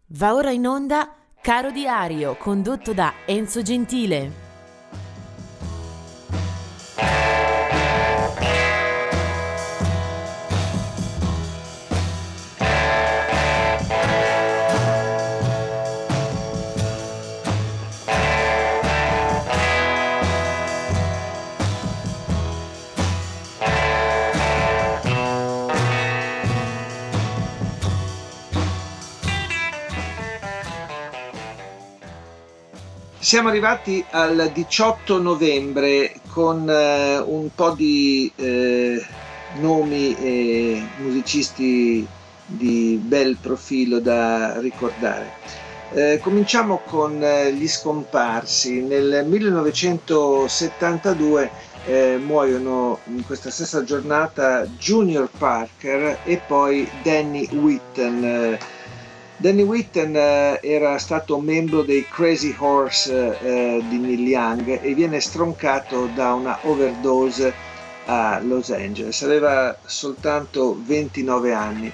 Va ora in onda Caro Diario, condotto da Enzo Gentile. Siamo arrivati al 18 novembre con un po' di nomi e musicisti di bel profilo da ricordare. Cominciamo con gli scomparsi. Nel 1972 muoiono in questa stessa giornata Junior Parker e poi Danny Whitten. Danny Whitten era stato membro dei Crazy Horse di Neil Young e viene stroncato da una overdose a Los Angeles. Aveva soltanto 29 anni.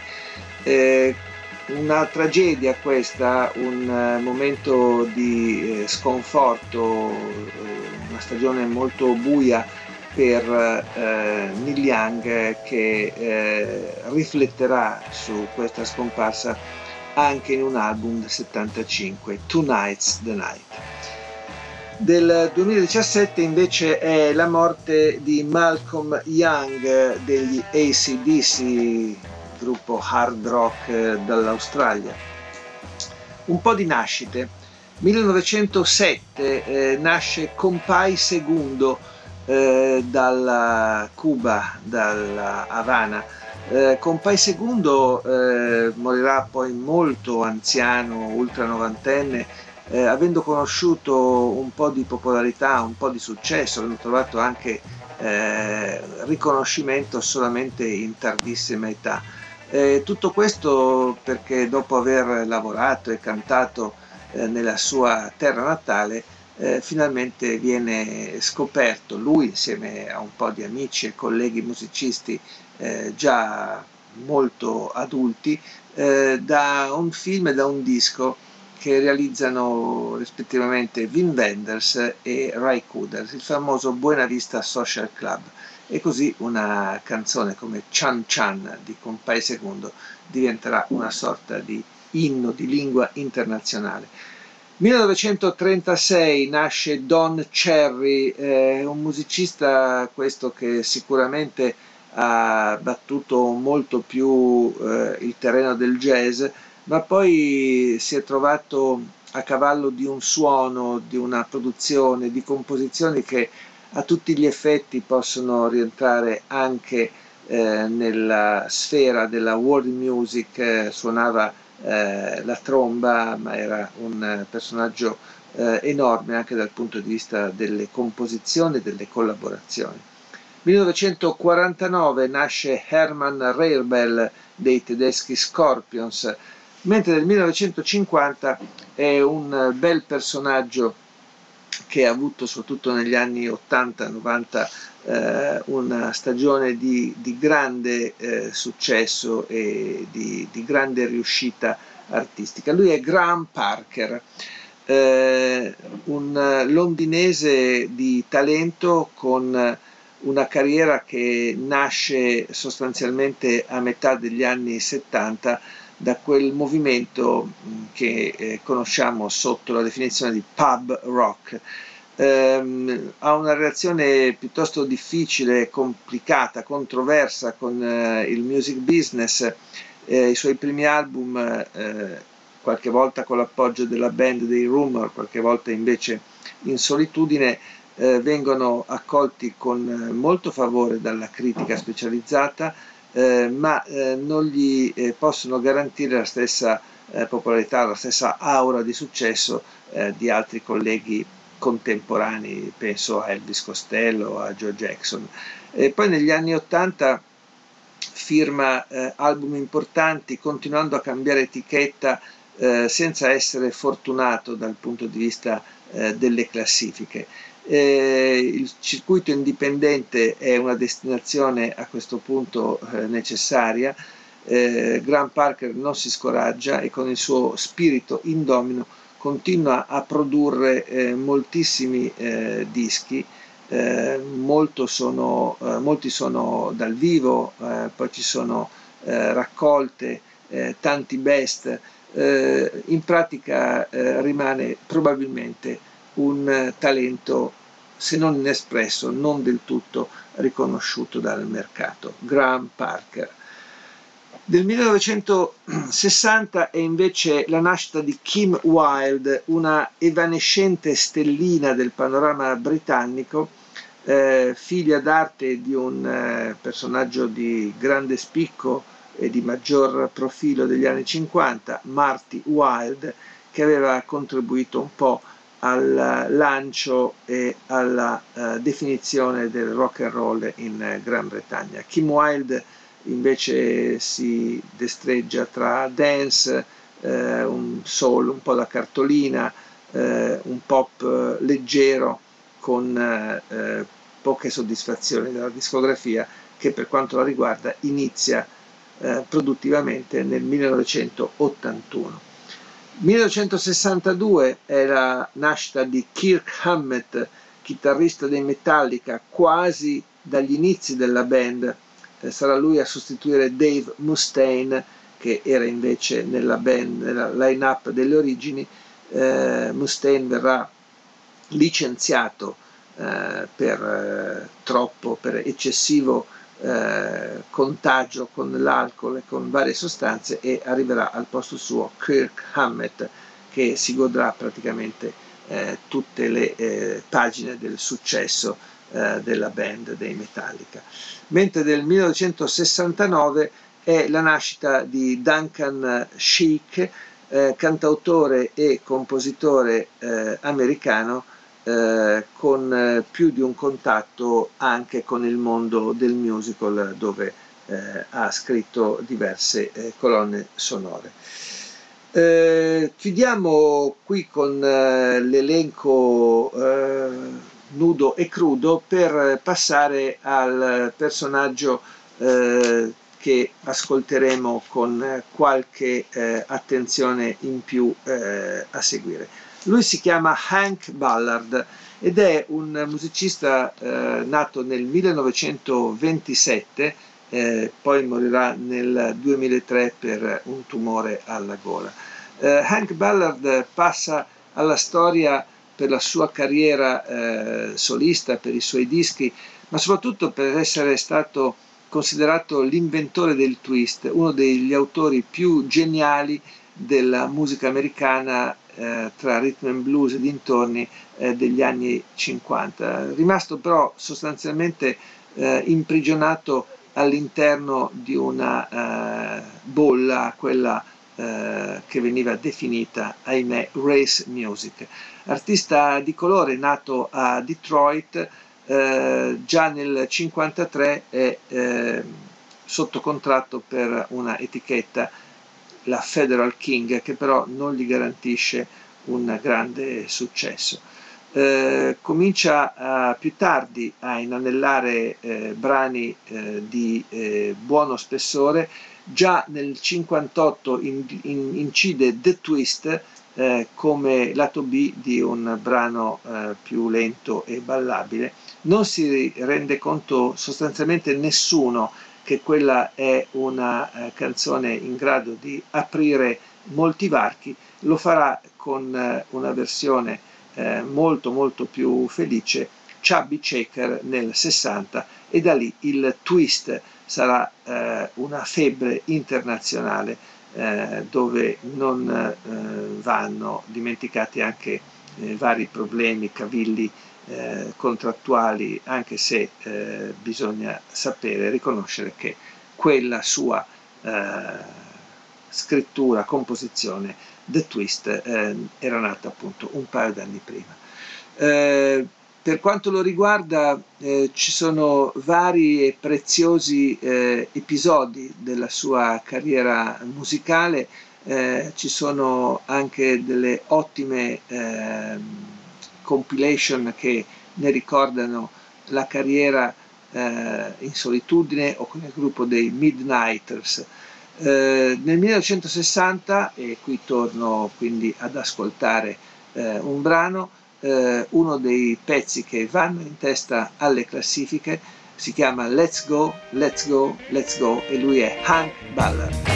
Una tragedia questa, un momento di sconforto, una stagione molto buia per Neil Young che rifletterà su questa scomparsa anche in un album del 75, Tonight's the Night. Del 2017 invece è la morte di Malcolm Young degli AC/DC, gruppo hard rock dall'Australia. Un po' di nascite. 1907 nasce Compay Segundo dalla Cuba, dalla Havana. Compay Segundo morirà poi molto anziano, ultra novantenne, avendo conosciuto un po' di popolarità, un po' di successo, avendo trovato anche riconoscimento solamente in tardissima età. Tutto questo perché dopo aver lavorato e cantato nella sua terra natale, finalmente viene scoperto lui insieme a un po' di amici e colleghi musicisti già molto adulti da un film e da un disco che realizzano rispettivamente Wim Wenders e Ry Cooder, il famoso Buena Vista Social Club, e così una canzone come Chan Chan di Compay Segundo diventerà una sorta di inno di lingua internazionale. 1936 nasce Don Cherry, un musicista questo che sicuramente ha battuto molto più il terreno del jazz, ma poi si è trovato a cavallo di un suono, di una produzione, di composizioni che a tutti gli effetti possono rientrare anche nella sfera della world music. Suonava la tromba, ma era un personaggio enorme anche dal punto di vista delle composizioni e delle collaborazioni. 1949 nasce Hermann Rarebell dei tedeschi Scorpions, mentre nel 1950 è un bel personaggio che ha avuto soprattutto negli anni 80-90 una stagione di grande successo e di grande riuscita artistica. Lui è Graham Parker, un londinese di talento con una carriera che nasce sostanzialmente a metà degli anni 70 da quel movimento che conosciamo sotto la definizione di pub rock. Ha una relazione piuttosto difficile, complicata, controversa con il music business. I suoi primi album, qualche volta con l'appoggio della band dei Rumor, qualche volta invece in solitudine, vengono accolti con molto favore dalla critica specializzata, ma non gli possono garantire la stessa popolarità, la stessa aura di successo di altri colleghi contemporanei, penso a Elvis Costello, a Joe Jackson. E poi negli anni 80 firma album importanti, continuando a cambiare etichetta senza essere fortunato dal punto di vista delle classifiche. Il circuito indipendente è una destinazione a questo punto necessaria, Graham Parker non si scoraggia e con il suo spirito indomito continua a produrre moltissimi dischi. Molti sono dal vivo, poi ci sono raccolte, tanti best. In pratica rimane probabilmente un talento, se non inespresso, non del tutto riconosciuto dal mercato. Graham Parker. Del 1960 è invece la nascita di Kim Wilde, una evanescente stellina del panorama britannico, figlia d'arte di un personaggio di grande spicco e di maggior profilo degli anni 50, Marty Wilde, che aveva contribuito un po' al lancio e alla definizione del rock and roll in Gran Bretagna. Kim Wilde invece si destreggia tra dance, un soul un po' da cartolina, un pop leggero con poche soddisfazioni della discografia, che per quanto la riguarda inizia produttivamente nel 1981. 1962 è la nascita di Kirk Hammett, chitarrista dei Metallica, quasi dagli inizi della band. Sarà lui a sostituire Dave Mustaine, che era invece nella band, nella line-up delle origini. Mustaine verrà licenziato per eccessivo contagio con l'alcol e con varie sostanze, e arriverà al posto suo Kirk Hammett, che si godrà praticamente tutte le pagine del successo della band dei Metallica. Mentre del 1969 è la nascita di Duncan Sheik, cantautore e compositore americano, con più di un contatto anche con il mondo del musical, dove ha scritto diverse colonne sonore. Chiudiamo qui con l'elenco nudo e crudo per passare al personaggio che ascolteremo con qualche attenzione in più a seguire. Lui si chiama Hank Ballard ed è un musicista nato nel 1927, poi morirà nel 2003 per un tumore alla gola. Hank Ballard passa alla storia per la sua carriera solista, per i suoi dischi, ma soprattutto per essere stato considerato l'inventore del twist, uno degli autori più geniali della musica americana tra rhythm and blues e dintorni degli anni 50, rimasto però sostanzialmente imprigionato all'interno di una bolla, quella che veniva definita, ahimè, race music. Artista di colore, nato a Detroit, già nel 1953 è sotto contratto per una etichetta, la Federal King, che però non gli garantisce un grande successo. Comincia più tardi a inanellare brani di buono spessore. Già nel 1958 incide The Twist come lato B di un brano più lento e ballabile. Non si rende conto sostanzialmente nessuno che quella è una canzone in grado di aprire molti varchi. Lo farà con una versione molto molto più felice, Chubby Checker nel 60, e da lì il twist sarà una febbre internazionale dove non vanno dimenticati anche vari problemi, cavilli contrattuali, anche se bisogna sapere riconoscere che quella sua scrittura, composizione, The Twist, era nata appunto un paio d'anni prima. Per quanto lo riguarda ci sono vari e preziosi episodi della sua carriera musicale, ci sono anche delle ottime compilation che ne ricordano la carriera in solitudine o con il gruppo dei Midnighters. Nel 1960, e qui torno quindi ad ascoltare un brano, uno dei pezzi che vanno in testa alle classifiche si chiama Let's Go, Let's Go, Let's Go, e lui è Hank Ballard.